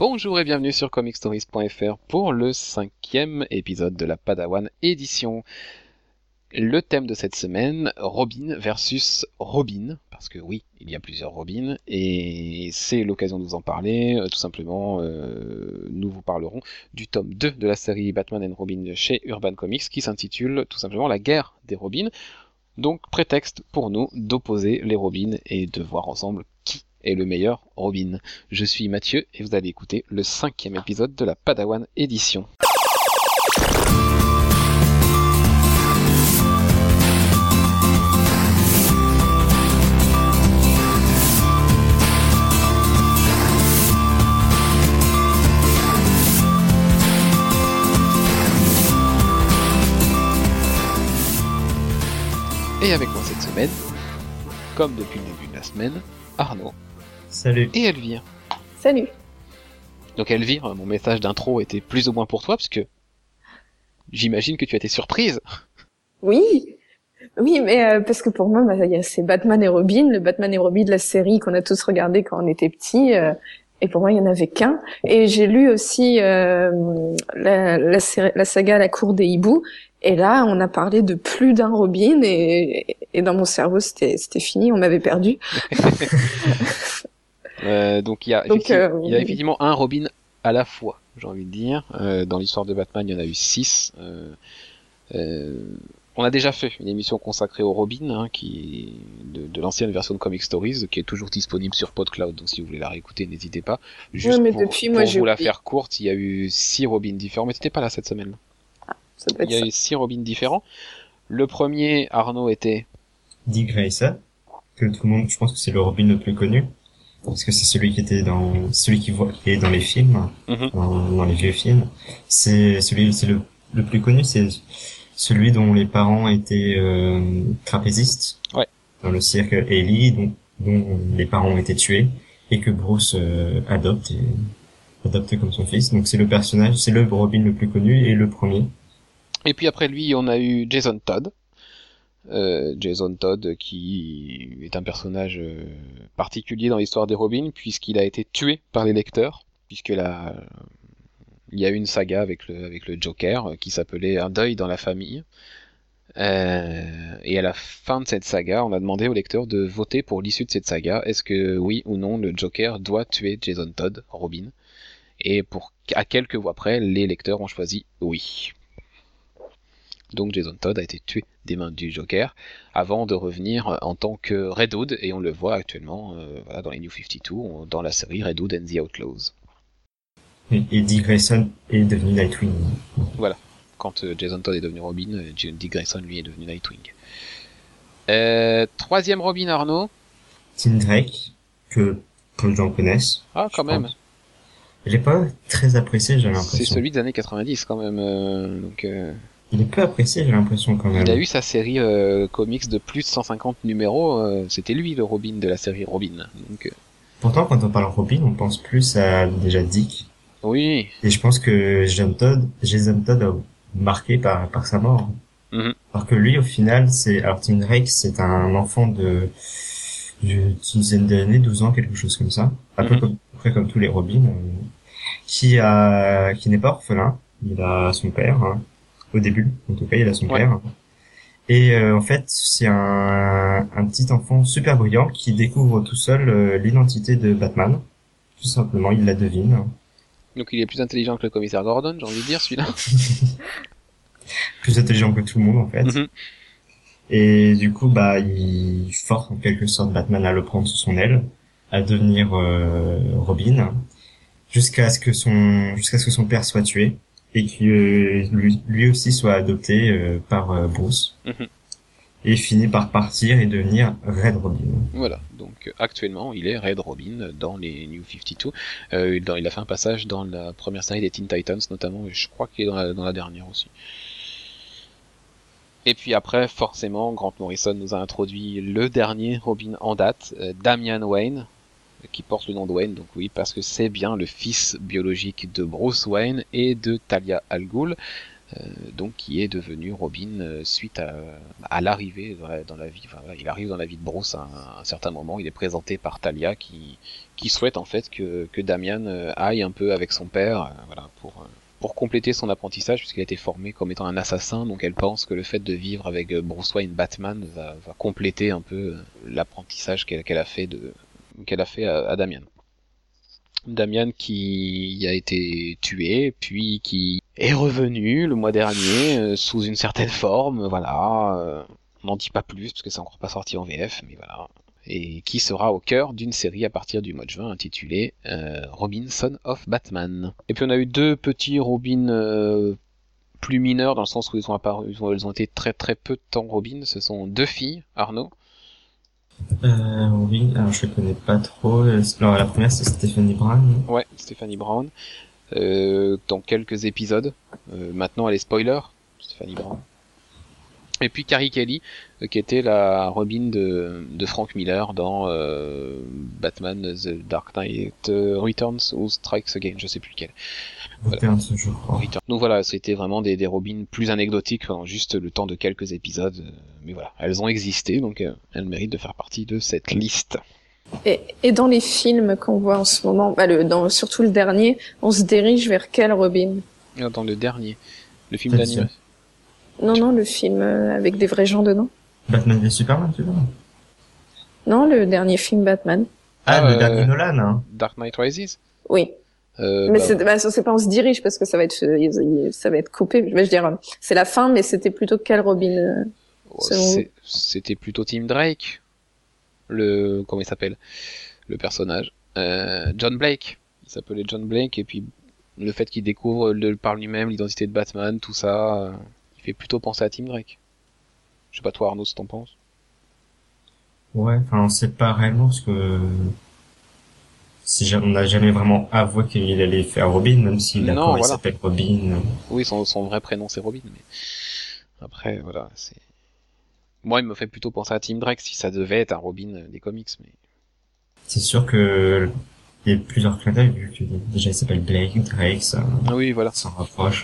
Bonjour et bienvenue sur comicstories.fr pour le 5e épisode de la Padawan édition. Le thème de cette semaine, Robin versus Robin, parce que oui, il y a plusieurs Robins, et c'est l'occasion de vous en parler. Tout simplement, nous vous parlerons du tome 2 de la série Batman and Robin chez Urban Comics, qui s'intitule tout simplement La guerre des Robins. Donc prétexte pour nous d'opposer les Robins et de voir ensemble qui est le meilleur Robin. Je suis Mathieu et vous allez écouter le 5e épisode de la Padawan édition. Et avec moi cette semaine, comme depuis le début de la semaine, Arnaud. Salut. Et Elvire. Salut. Donc Elvire, mon message d'intro était plus ou moins pour toi, parce que j'imagine que tu as été surprise. Oui, mais parce que pour moi, c'est Batman et Robin, le Batman et Robin de la série qu'on a tous regardé quand on était petits. Et pour moi, il y en avait qu'un. Et j'ai lu aussi la saga La Cour des Hiboux. Et là, on a parlé de plus d'un Robin et dans mon cerveau, c'était fini, on m'avait perdu. Donc il y a effectivement un Robin à la fois, j'ai envie de dire. Dans l'histoire de Batman, il y en a eu 6. On a déjà fait une émission consacrée au Robin, qui de l'ancienne version de Comic Stories, qui est toujours disponible sur PodCloud, donc si vous voulez la réécouter, n'hésitez pas. Juste ouais, mais pour vous la faire courte, il y a eu 6 Robins différents, mais t'étais pas là cette semaine. Il y a eu 6 Robins différents. Le premier, Arnaud, était Dick Grayson, que tout le monde, je pense que c'est le Robin le plus connu, parce que c'est celui qui est dans les films, dans les vieux films. C'est le plus connu, c'est celui dont les parents étaient trapézistes, ouais, dans le cirque Ellie, dont les parents ont été tués et que Bruce adopte comme son fils. Donc c'est le Robin le plus connu et le premier. Et puis après lui, on a eu Jason Todd. Jason Todd qui est un personnage particulier dans l'histoire des Robins, puisqu'il a été tué par les lecteurs, puisque il y a eu une saga avec le Joker qui s'appelait Un deuil dans la famille. Et à la fin de cette saga, on a demandé aux lecteurs de voter pour l'issue de cette saga. Est-ce que oui ou non le Joker doit tuer Jason Todd, Robin? Et à quelques voix près, les lecteurs ont choisi oui. Donc Jason Todd a été tué des mains du Joker avant de revenir en tant que Red Hood, et on le voit actuellement dans les New 52, dans la série Red Hood and the Outlaws. Et Dick Grayson est devenu Nightwing. Voilà, quand Jason Todd est devenu Robin, Dick Grayson lui est devenu Nightwing. Troisième Robin, Arnaud. Tim Drake, que peu de gens connaissent. Ah, quand même. Je l'ai pas très apprécié, j'ai l'impression. C'est celui des années 90 quand même, Il est peu apprécié, j'ai l'impression, quand même. Il a eu sa série comics de plus de 150 numéros, c'était lui le Robin de la série Robin. Donc, Pourtant, quand on parle Robin, on pense plus à déjà Dick. Oui. Et je pense que Jason Todd a marqué par sa mort. Mm-hmm. Alors que lui, au final, Tim Drake, c'est un enfant d'une dizaine d'années, 12 ans, quelque chose comme ça. À peu près comme tous les Robins, qui n'est pas orphelin. Il a son père, au début, en tout cas, il a son père. Et en fait, c'est un petit enfant super brillant qui découvre tout seul l'identité de Batman. Tout simplement, il la devine. Donc il est plus intelligent que le commissaire Gordon, j'ai envie de dire, celui-là. Plus intelligent que tout le monde, en fait. Mm-hmm. Et du coup, il force en quelque sorte Batman à le prendre sous son aile, à devenir Robin, jusqu'à ce que son père soit tué. Et que lui aussi soit adopté par Bruce. Mm-hmm. Et finit par partir et devenir Red Robin. Voilà, donc actuellement il est Red Robin dans les New 52. Il a fait un passage dans la première série des Teen Titans notamment, et je crois qu'il est dans la dernière aussi. Et puis après, forcément, Grant Morrison nous a introduit le dernier Robin en date, Damian Wayne, qui porte le nom de Wayne, donc oui, parce que c'est bien le fils biologique de Bruce Wayne et de Talia al Ghul. donc qui est devenu Robin suite à l'arrivée dans la vie. Enfin, voilà, il arrive dans la vie de Bruce à un certain moment. Il est présenté par Talia qui souhaite en fait que Damian aille un peu avec son père, voilà, pour compléter son apprentissage, puisqu'il a été formé comme étant un assassin. Donc elle pense que le fait de vivre avec Bruce Wayne Batman va compléter un peu l'apprentissage qu'elle a fait à Damian. Damian qui a été tué, puis qui est revenu le mois dernier sous une certaine forme, voilà. On n'en dit pas plus parce que c'est encore pas sorti en VF, mais voilà. Et qui sera au cœur d'une série à partir du mois de juin intitulée Robin Son of Batman. Et puis on a eu 2 petits Robin plus mineurs dans le sens où ils ont été très très peu de temps Robin. Ce sont 2 filles, Arnaud. Oui, alors je le connais pas trop. Alors la première c'est Stephanie Brown. Ouais, Stephanie Brown. Dans quelques épisodes. Maintenant elle est spoiler, Stephanie Brown. Et puis Carrie Kelly, qui était la Robin de Frank Miller dans Batman The Dark Knight Returns ou Strikes Again, je sais plus lequel. Returns, je crois. Donc voilà, c'était vraiment des Robins plus anecdotiques pendant juste le temps de quelques épisodes. Mais voilà, elles ont existé, donc elles méritent de faire partie de cette liste. Et dans les films qu'on voit en ce moment, surtout le dernier, on se dirige vers quel Robin? Dans le dernier, le film d'animation. Non, le film avec des vrais gens dedans. Batman v Superman, tu vois? Non, le dernier film Batman. Le dernier Nolan, hein. Dark Knight Rises. Oui. Mais c'est pas on se dirige parce que ça va être coupé. Je veux dire, c'est la fin, mais c'était plutôt quel Robin c'était plutôt Tim Drake. Comment il s'appelle? Le personnage. John Blake. Il s'appelait John Blake, et puis le fait qu'il découvre par lui-même l'identité de Batman, tout ça, il fait plutôt penser à Tim Drake. Je sais pas toi Arnaud, ce que t'en penses? Ouais, enfin on sait pas réellement parce que on n'a jamais vraiment avoué qu'il allait faire Robin, même si d'accord, il s'appelle Robin. Oui, son vrai prénom c'est Robin, mais après voilà, c'est. Moi, il me fait plutôt penser à Tim Drake si ça devait être un Robin des comics, mais. C'est sûr que il y a plusieurs clins d'œil vu que déjà il s'appelle Blake, Drake, ça. Oui, voilà. S'en rapproche.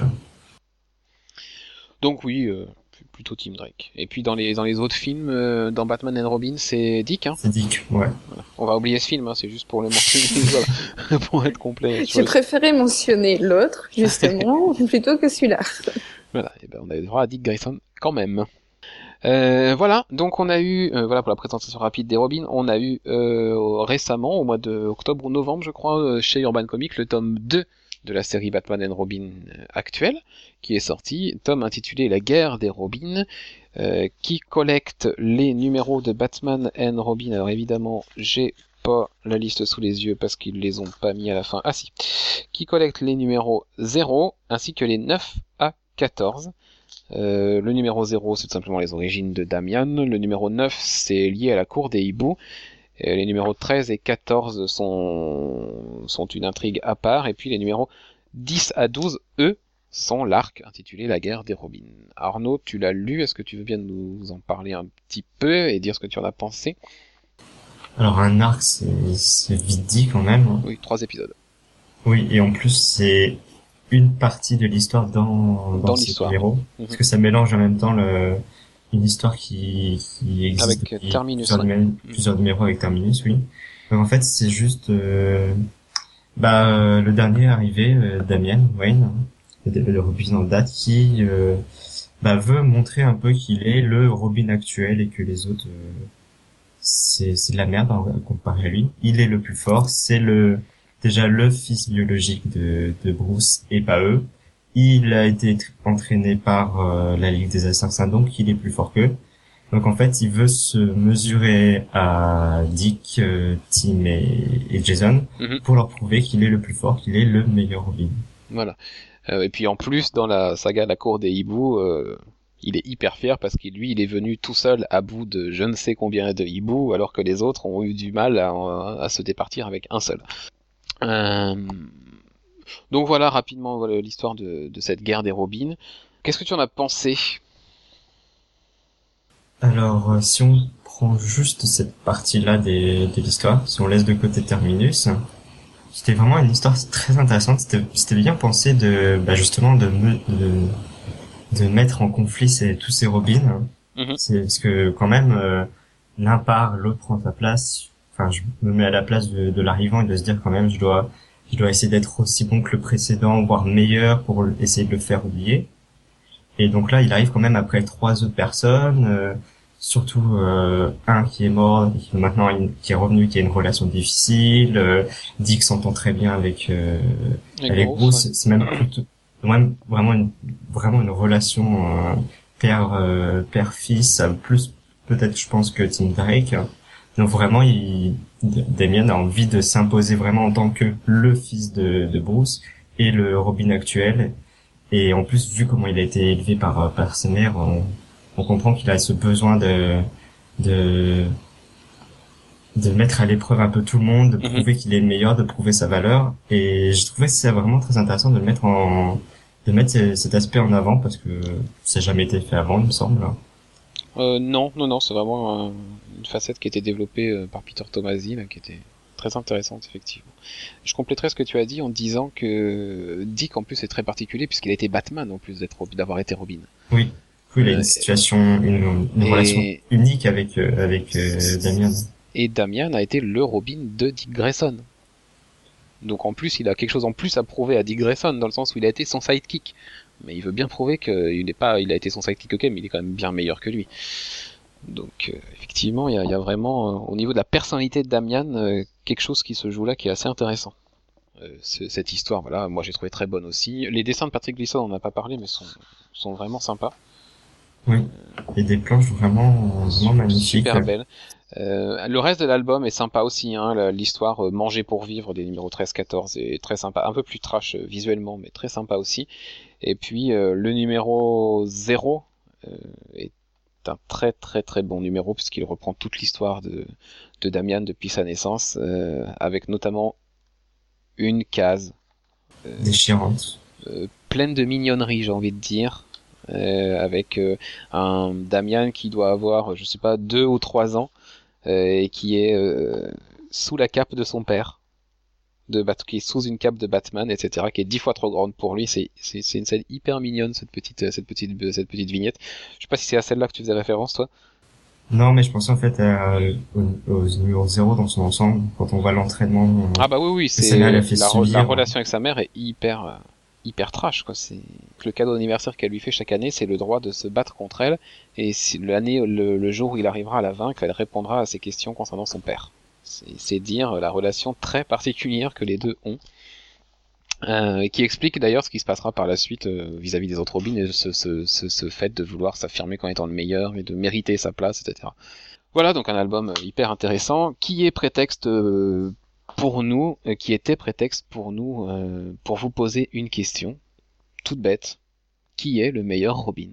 Donc oui, plutôt Tim Drake. Et puis dans les autres films, dans Batman and Robin, c'est Dick, hein. C'est Dick, ouais. Voilà. On va oublier ce film, hein, c'est juste pour le mentionner, voilà, pour être complet. J'ai préféré mentionner l'autre, justement, plutôt que celui-là. Voilà, et ben on a le droit à Dick Grayson quand même. Voilà, donc on a eu, voilà pour la présentation rapide des Robins, on a eu récemment, au mois de octobre ou novembre je crois, chez Urban Comics, le tome 2 de la série Batman and Robin actuelle, qui est sorti, tome intitulé La guerre des Robins, qui collecte les numéros de Batman and Robin. Alors évidemment, j'ai pas la liste sous les yeux parce qu'ils les ont pas mis à la fin. Ah si, qui collecte les numéros 0 ainsi que les 9 à 14. Le numéro 0, c'est tout simplement les origines de Damian. Le numéro 9, c'est lié à la cour des hiboux. Les numéros 13 et 14 sont une intrigue à part. Et puis les numéros 10 à 12, eux, sont l'arc intitulé La guerre des Robins. Arnaud, tu l'as lu, est-ce que tu veux bien nous en parler un petit peu et dire ce que tu en as pensé? Alors un arc, c'est vite dit quand même. Oui, 3 épisodes. Oui, et en plus c'est une partie de l'histoire dans ces numéros, parce que ça mélange en même temps une histoire qui existe avec depuis Terminus, plusieurs numéros avec Terminus, oui. Donc en fait c'est juste le dernier arrivé, Damian Wayne, le Robin en date, qui veut montrer un peu qu'il est le Robin actuel et que les autres c'est de la merde comparé à lui. Il est le plus fort, c'est déjà le fils biologique de Bruce et pas eux. Il a été entraîné par la Ligue des Assassins, donc il est plus fort qu'eux. Donc en fait, il veut se mesurer à Dick, Tim et Jason pour leur prouver qu'il est le plus fort, qu'il est le meilleur Robin. Voilà. Et puis en plus, dans la saga La cour des hiboux, il est hyper fier parce que lui, il est venu tout seul à bout de je ne sais combien de hiboux, alors que les autres ont eu du mal à se départir avec un seul. Donc voilà rapidement l'histoire de cette guerre des Robins. Qu'est-ce que tu en as pensé? Alors si on prend juste cette partie-là de l'histoire, si on laisse de côté Terminus, c'était vraiment une histoire très intéressante. C'était bien pensé justement de mettre en conflit tous ces Robins. C'est parce que quand même l'un part, l'autre prend sa place. Enfin, je me mets à la place de l'arrivant et de se dire quand même je dois essayer d'être aussi bon que le précédent, voire meilleur pour essayer de le faire oublier. Et donc là, il arrive quand même après 3 autres personnes, surtout un qui est mort, qui est revenu, qui a une relation difficile. Dick s'entend très bien avec Bruce. Ouais. C'est même plutôt vraiment une relation père-fils, plus peut-être je pense que Tim Drake. Donc vraiment, Damian a envie de s'imposer vraiment en tant que le fils de Bruce et le Robin actuel. Et en plus, vu comment il a été élevé par sa mère, on comprend qu'il a ce besoin de mettre à l'épreuve un peu tout le monde, de prouver qu'il est le meilleur, de prouver sa valeur. Et je trouvais ça vraiment très intéressant de mettre cet aspect en avant parce que ça n'a jamais été fait avant, il me semble. Non, c'est vraiment une facette qui a été développée par Peter Tomasi, là, qui était très intéressante, effectivement. Je compléterai ce que tu as dit en disant que Dick, en plus, est très particulier puisqu'il a été Batman, en plus d'avoir été Robin. Oui, il a une situation, une relation unique avec Damian. Et Damian a été le Robin de Dick Grayson. Donc en plus, il a quelque chose en plus à prouver à Dick Grayson, dans le sens où il a été son sidekick. Mais il veut bien prouver il a été son sidekick, ok, mais il est quand même bien meilleur que lui. Donc effectivement, il y a vraiment, au niveau de la personnalité de Damian, quelque chose qui se joue là qui est assez intéressant. Cette histoire, voilà, moi j'ai trouvé très bonne aussi. Les dessins de Patrick Gleason, on n'a pas parlé, mais sont vraiment sympas. Oui, et des planches vraiment magnifiques. Super belles. Le reste de l'album est sympa aussi, hein, l'histoire Manger pour vivre des numéros 13-14 est très sympa, un peu plus trash visuellement, mais très sympa aussi. Et puis le numéro 0 est un très très très bon numéro puisqu'il reprend toute l'histoire de Damian depuis sa naissance, avec notamment une case déchirante, pleine de mignonneries, j'ai envie de dire. Avec un Damian qui doit avoir, je sais pas, 2 ou 3 ans et qui est sous la cape de son père, qui est sous une cape de Batman, etc., qui est 10 fois trop grande pour lui. C'est une scène hyper mignonne, cette petite vignette. Je sais pas si c'est à celle-là que tu faisais référence, toi. Non, mais je pensais en fait au numéro 0 dans son ensemble, quand on voit l'entraînement. Ah bah oui, c'est la relation avec sa mère est hyper trash, quoi. C'est le cadeau d'anniversaire qu'elle lui fait chaque année, c'est le droit de se battre contre elle, et le jour où il arrivera à la vaincre, elle répondra à ses questions concernant son père. C'est dire la relation très particulière que les deux ont, et qui explique d'ailleurs ce qui se passera par la suite vis-à-vis des autres Robins, et ce fait de vouloir s'affirmer comme étant le meilleur et de mériter sa place, etc. Voilà, donc un album hyper intéressant qui est prétexte qui était prétexte pour nous pour vous poser une question toute bête: qui est le meilleur Robin?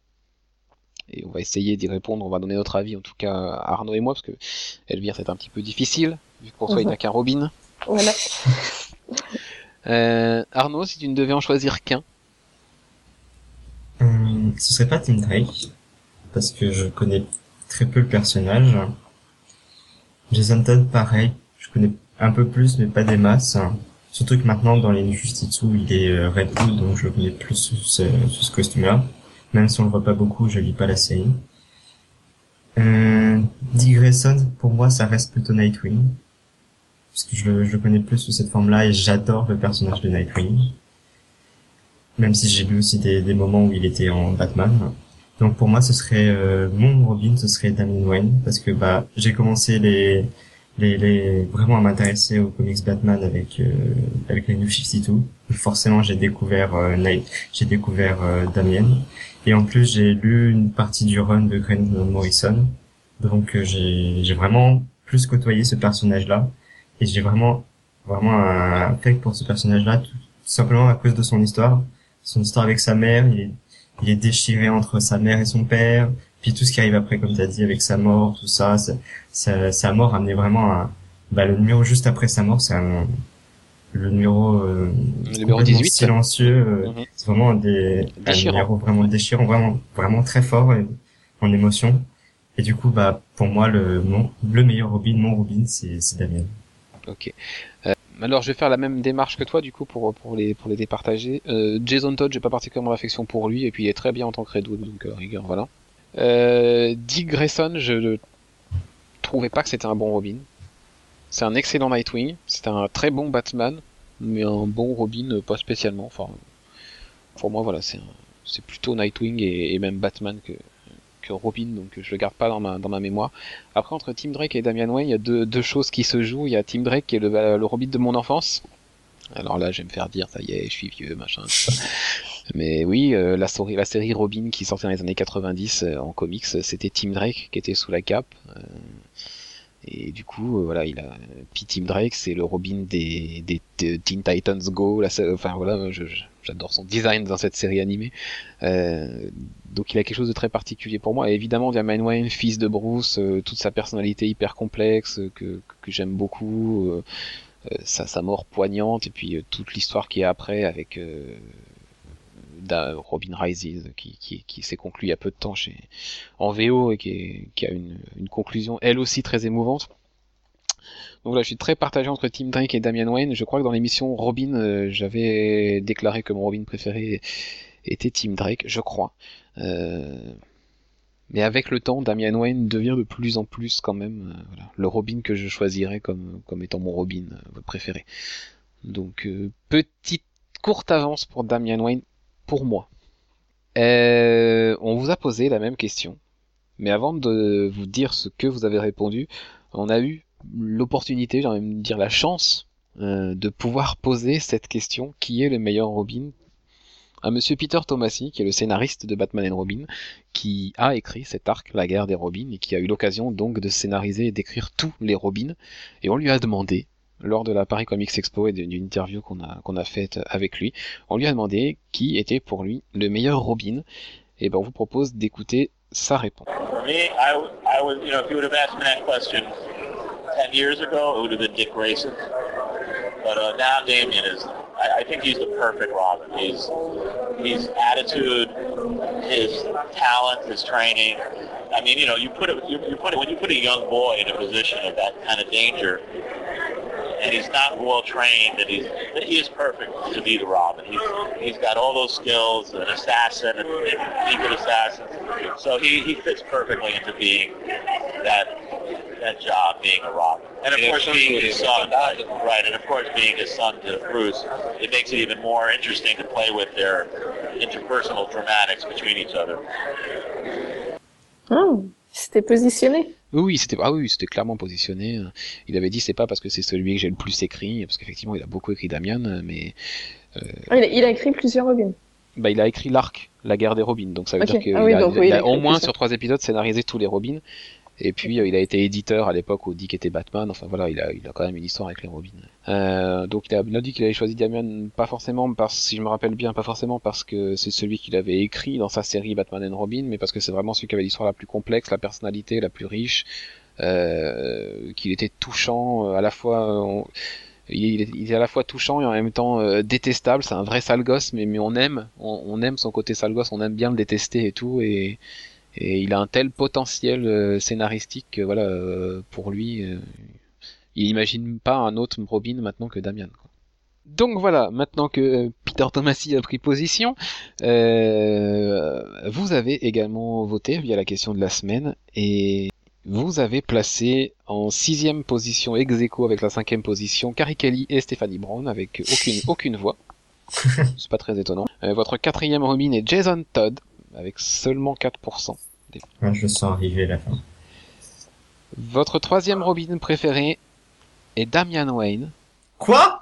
Et on va essayer d'y répondre, on va donner notre avis, en tout cas à Arnaud et moi, parce que Elvire c'est un petit peu difficile vu que pour toi il n'y a qu'un Robin. Voilà. Arnaud, si tu ne devais en choisir qu'un, ce serait pas Tim Drake parce que je connais très peu le personnage. Jason Todd, pareil, je connais un peu plus, mais pas des masses. Surtout que maintenant, dans les New 52, il est Red Hood, donc je connais plus ce costume-là. Même si on le voit pas beaucoup, je lis pas la série. Dick Grayson, pour moi, ça reste plutôt Nightwing. Parce que je le connais plus sous cette forme-là et j'adore le personnage de Nightwing. Même si j'ai lu aussi des moments où il était en Batman. Donc pour moi, ce serait mon Robin, ce serait Damian Wayne, parce que j'ai commencé vraiment à m'intéresser aux comics Batman avec les New 52. Forcément, j'ai découvert Damian, et en plus j'ai lu une partie du run de Grant Morrison, donc j'ai vraiment plus côtoyé ce personnage-là, et j'ai vraiment un affect pour ce personnage-là, tout simplement à cause de son histoire avec sa mère. Il est déchiré entre sa mère et son père, puis tout ce qui arrive après, comme t'as dit, avec sa mort, tout ça, sa mort amenait vraiment le numéro juste après sa mort, c'est le numéro 18, silencieux, c'est vraiment un numéro vraiment déchirant, vraiment très fort en émotion. Et du coup, pour moi, le meilleur Robin, mon Robin, c'est Damian. Ok. Alors je vais faire la même démarche que toi du coup pour les départager. Jason Todd, j'ai pas particulièrement d'affection pour lui et puis il est très bien en tant que Redwood, donc rigueur voilà. Dick Grayson, je ne trouvais pas que c'était un bon Robin. C'est un excellent Nightwing, c'est un très bon Batman, mais un bon Robin pas spécialement. Enfin, pour moi voilà, c'est plutôt Nightwing et même Batman que Robin, donc je le garde pas dans ma mémoire. Après, entre Tim Drake et Damian Wayne, il y a deux choses qui se jouent. Il y a Tim Drake qui est le Robin de mon enfance. Alors là, je vais me faire dire, ça y est, je suis vieux, machin, tout ça. Mais oui, la série Robin qui sortait dans les années 90 en comics, c'était Tim Drake qui était sous la cape. Et du coup, voilà, puis Tim Drake, c'est le Robin des Teen Titans Go. Enfin voilà, j'adore son design dans cette série animée. Donc il a quelque chose de très particulier pour moi. Et évidemment, Damian Wayne, fils de Bruce, toute sa personnalité hyper complexe que j'aime beaucoup, sa mort poignante et puis toute l'histoire qui est après avec Robin Rises qui s'est conclu il y a peu de temps en VO et qui a une conclusion elle aussi très émouvante. Donc là, je suis très partagé entre Tim Drake et Damian Wayne. Je crois que dans l'émission Robin, j'avais déclaré que mon Robin préféré était Tim Drake, je crois. Mais avec le temps, Damian Wayne devient de plus en plus quand même voilà, le Robin que je choisirais comme étant mon Robin préféré. Donc petite courte avance pour Damian Wayne pour moi. On vous a posé la même question, mais avant de vous dire ce que vous avez répondu, on a eu l'opportunité, j'ai envie de dire la chance, de pouvoir poser cette question: qui est le meilleur Robin? À monsieur Peter Tomasi, qui est le scénariste de Batman and Robin, qui a écrit cet arc, La Guerre des Robins, et qui a eu l'occasion donc de scénariser et d'écrire tous les Robins. Et on lui a demandé, lors de la Paris Comics Expo et d'une interview qu'on a faite avec lui, on lui a demandé qui était pour lui le meilleur Robin. Et ben on vous propose d'écouter sa réponse. For me, I would, you know, if you would have asked me that question 10 years ago, it would have been Dick Grayson. But now Damian is, I think he's the perfect Robin. His attitude, his talent, his training. I mean, you know, when you put a young boy in a position of that kind of danger, and he's not well trained, and he is perfect to be the Robin. He's got all those skills, an assassin, and a good assassin. So he fits perfectly into being that job, being a Robin. And of course, being his son, right? And of course, being his son to Bruce, it makes it even more interesting to play with their interpersonal dramatics between each other. Oh, c'était positionné. Oui, c'était clairement positionné. Il avait dit c'est pas parce que c'est celui que j'ai le plus écrit, parce qu'effectivement il a beaucoup écrit Damian, mais il a écrit plusieurs Robins. Bah il a écrit l'arc, La Guerre des Robins, donc ça veut dire qu'il a au moins sur 3 épisodes scénarisé tous les Robins. Et puis il a été éditeur à l'époque où Dick était Batman. Enfin voilà, il a quand même une histoire avec les Robins. Donc il a dit qu'il avait choisi Damian pas forcément si je me rappelle bien, pas forcément parce que c'est celui qu'il avait écrit dans sa série Batman and Robin, mais parce que c'est vraiment celui qui avait l'histoire la plus complexe, la personnalité la plus riche, qu'il était touchant à la fois. Il est à la fois touchant et en même temps détestable. C'est un vrai sale gosse, mais on aime son côté sale gosse, on aime bien le détester et tout, et il a un tel potentiel scénaristique que voilà, pour lui, il imagine pas un autre Robin maintenant que Damian, quoi. Donc voilà, maintenant que Peter Tomasi a pris position, vous avez également voté via la question de la semaine, et vous avez placé en 6e position ex aequo avec la 5e position Carrie Kelly et Stephanie Brown avec aucune voix. C'est pas très étonnant. Votre 4e Robin est Jason Todd avec seulement 4%. Je sens arriver la fin. Votre 3e Robin préféré est Damian Wayne. Quoi?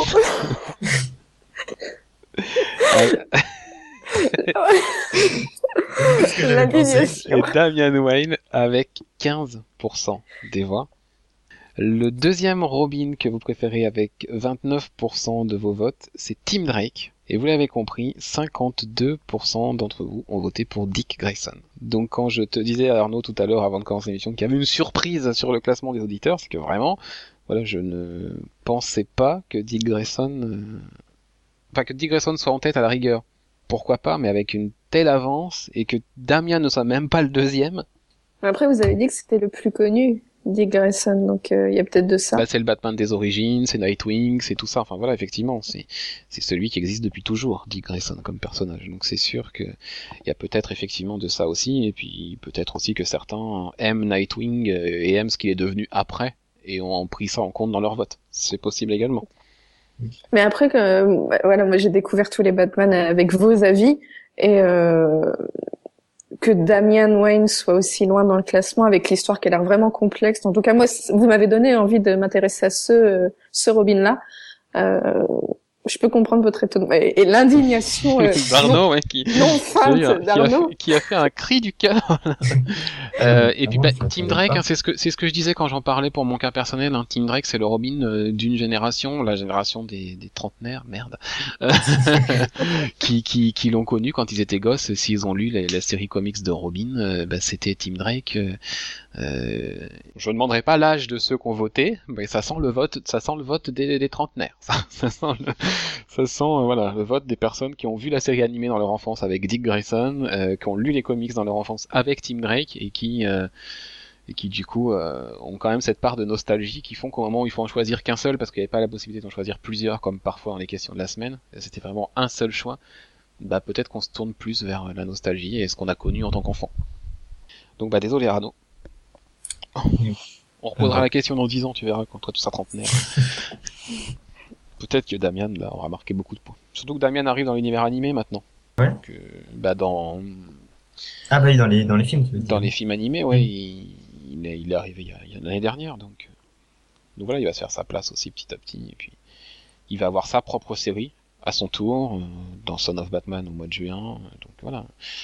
Et Damian Wayne avec 15% des voix. Le 2e Robin que vous préférez avec 29% de vos votes, c'est Tim Drake. Et vous l'avez compris, 52% d'entre vous ont voté pour Dick Grayson. Donc quand je te disais à Arnaud tout à l'heure, avant de commencer l'émission, qu'il y avait une surprise sur le classement des auditeurs, c'est que vraiment, voilà, je ne pensais pas que Dick Grayson... Enfin, que Dick Grayson soit en tête à la rigueur. Pourquoi pas, mais avec une telle avance, et que Damian ne soit même pas le 2e. Après, vous avez dit que c'était le plus connu. Dick Grayson, donc il y a peut-être de ça. Bah, c'est le Batman des origines, c'est Nightwing, c'est tout ça. Enfin voilà, effectivement, c'est celui qui existe depuis toujours, Dick Grayson comme personnage. Donc c'est sûr que il y a peut-être effectivement de ça aussi, et puis peut-être aussi que certains aiment Nightwing et aiment ce qu'il est devenu après et ont pris ça en compte dans leur vote. C'est possible également. Mais après voilà, moi j'ai découvert tous les Batman avec vos avis et que Damian Wayne soit aussi loin dans le classement avec l'histoire qui a l'air vraiment complexe. En tout cas, moi, vous m'avez donné envie de m'intéresser à ce Robin-là. Je peux comprendre votre étonnement et l'indignation d'Arnaud, ouais, non feinte d'Arnaud, qui a fait un cri du cœur. Et puis Tim Drake, hein, c'est ce que je disais quand j'en parlais pour mon cas personnel. Hein, Tim Drake, c'est le Robin d'une génération, la génération des trentenaires, merde, qui l'ont connu quand ils étaient gosses. S'ils ont lu la série comics de Robin, c'était Tim Drake. Je ne demanderai pas l'âge de ceux qui ont voté, mais ça sent le vote des trentenaires. Ça sent voilà, le vote des personnes qui ont vu la série animée dans leur enfance avec Dick Grayson, qui ont lu les comics dans leur enfance avec Tim Drake et qui du coup ont quand même cette part de nostalgie qui font qu'au moment où il faut en choisir qu'un seul, parce qu'il n'y avait pas la possibilité d'en choisir plusieurs comme parfois dans les questions de la semaine, c'était vraiment un seul choix, peut-être qu'on se tourne plus vers la nostalgie et ce qu'on a connu en tant qu'enfant. Donc désolé Arnaud. On reposera la question dans 10 ans, tu verras, quand toi tu seras trentenaire. Peut-être que Damian là aura marqué beaucoup de points. Surtout que Damian arrive dans l'univers animé maintenant. Ouais. Dans dans les films, tu veux dire. Dans les films animés, ouais, il est arrivé il y a l'année dernière, donc voilà, il va se faire sa place aussi petit à petit, et puis il va avoir sa propre série à son tour dans Son of Batman au mois de juin, donc voilà.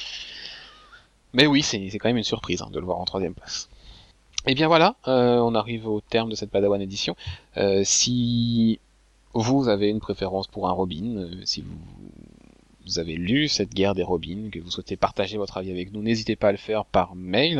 Mais oui, c'est quand même une surprise de le voir en 3e place. Et bien voilà, on arrive au terme de cette Padawan édition. Si vous avez une préférence pour un Robin, si vous avez lu cette guerre des Robins, que vous souhaitez partager votre avis avec nous, n'hésitez pas à le faire par mail,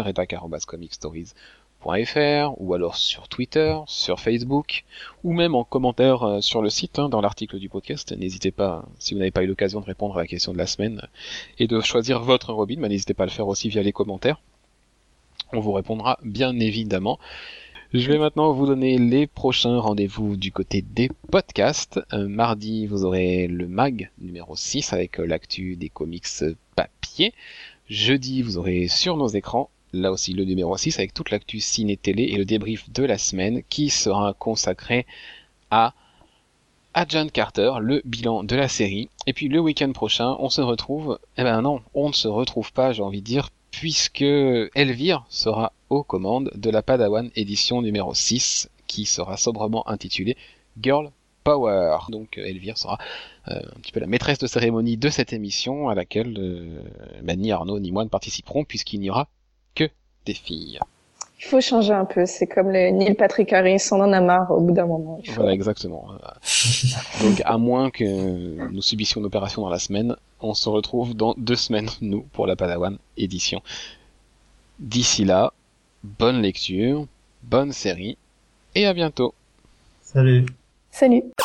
redac@comicstories.fr, ou alors sur Twitter, sur Facebook, ou même en commentaire sur le site, dans l'article du podcast. N'hésitez pas, si vous n'avez pas eu l'occasion de répondre à la question de la semaine, et de choisir votre Robin, n'hésitez pas à le faire aussi via les commentaires. On vous répondra bien évidemment. Je vais maintenant vous donner les prochains rendez-vous du côté des podcasts. Mardi, vous aurez le mag numéro 6 avec l'actu des comics papier. Jeudi, vous aurez sur nos écrans, là aussi le numéro 6 avec toute l'actu ciné-télé et le débrief de la semaine qui sera consacré à Agent Carter, le bilan de la série. Et puis le week-end prochain, on se retrouve... non, on ne se retrouve pas, j'ai envie de dire, puisque Elvire sera aux commandes de la Padawan édition numéro 6, qui sera sobrement intitulée Girl Power. Donc Elvire sera un petit peu la maîtresse de cérémonie de cette émission, à laquelle ni Arnaud ni moi ne participeront, puisqu'il n'y aura que des filles. Il faut changer un peu, c'est comme le Neil Patrick Harris, on en a marre au bout d'un moment. Voilà, exactement. Donc à moins que nous subissions une opération dans la semaine, on se retrouve dans 2 semaines, nous, pour la Padawan édition. D'ici là, bonne lecture, bonne série, et à bientôt. Salut. Salut.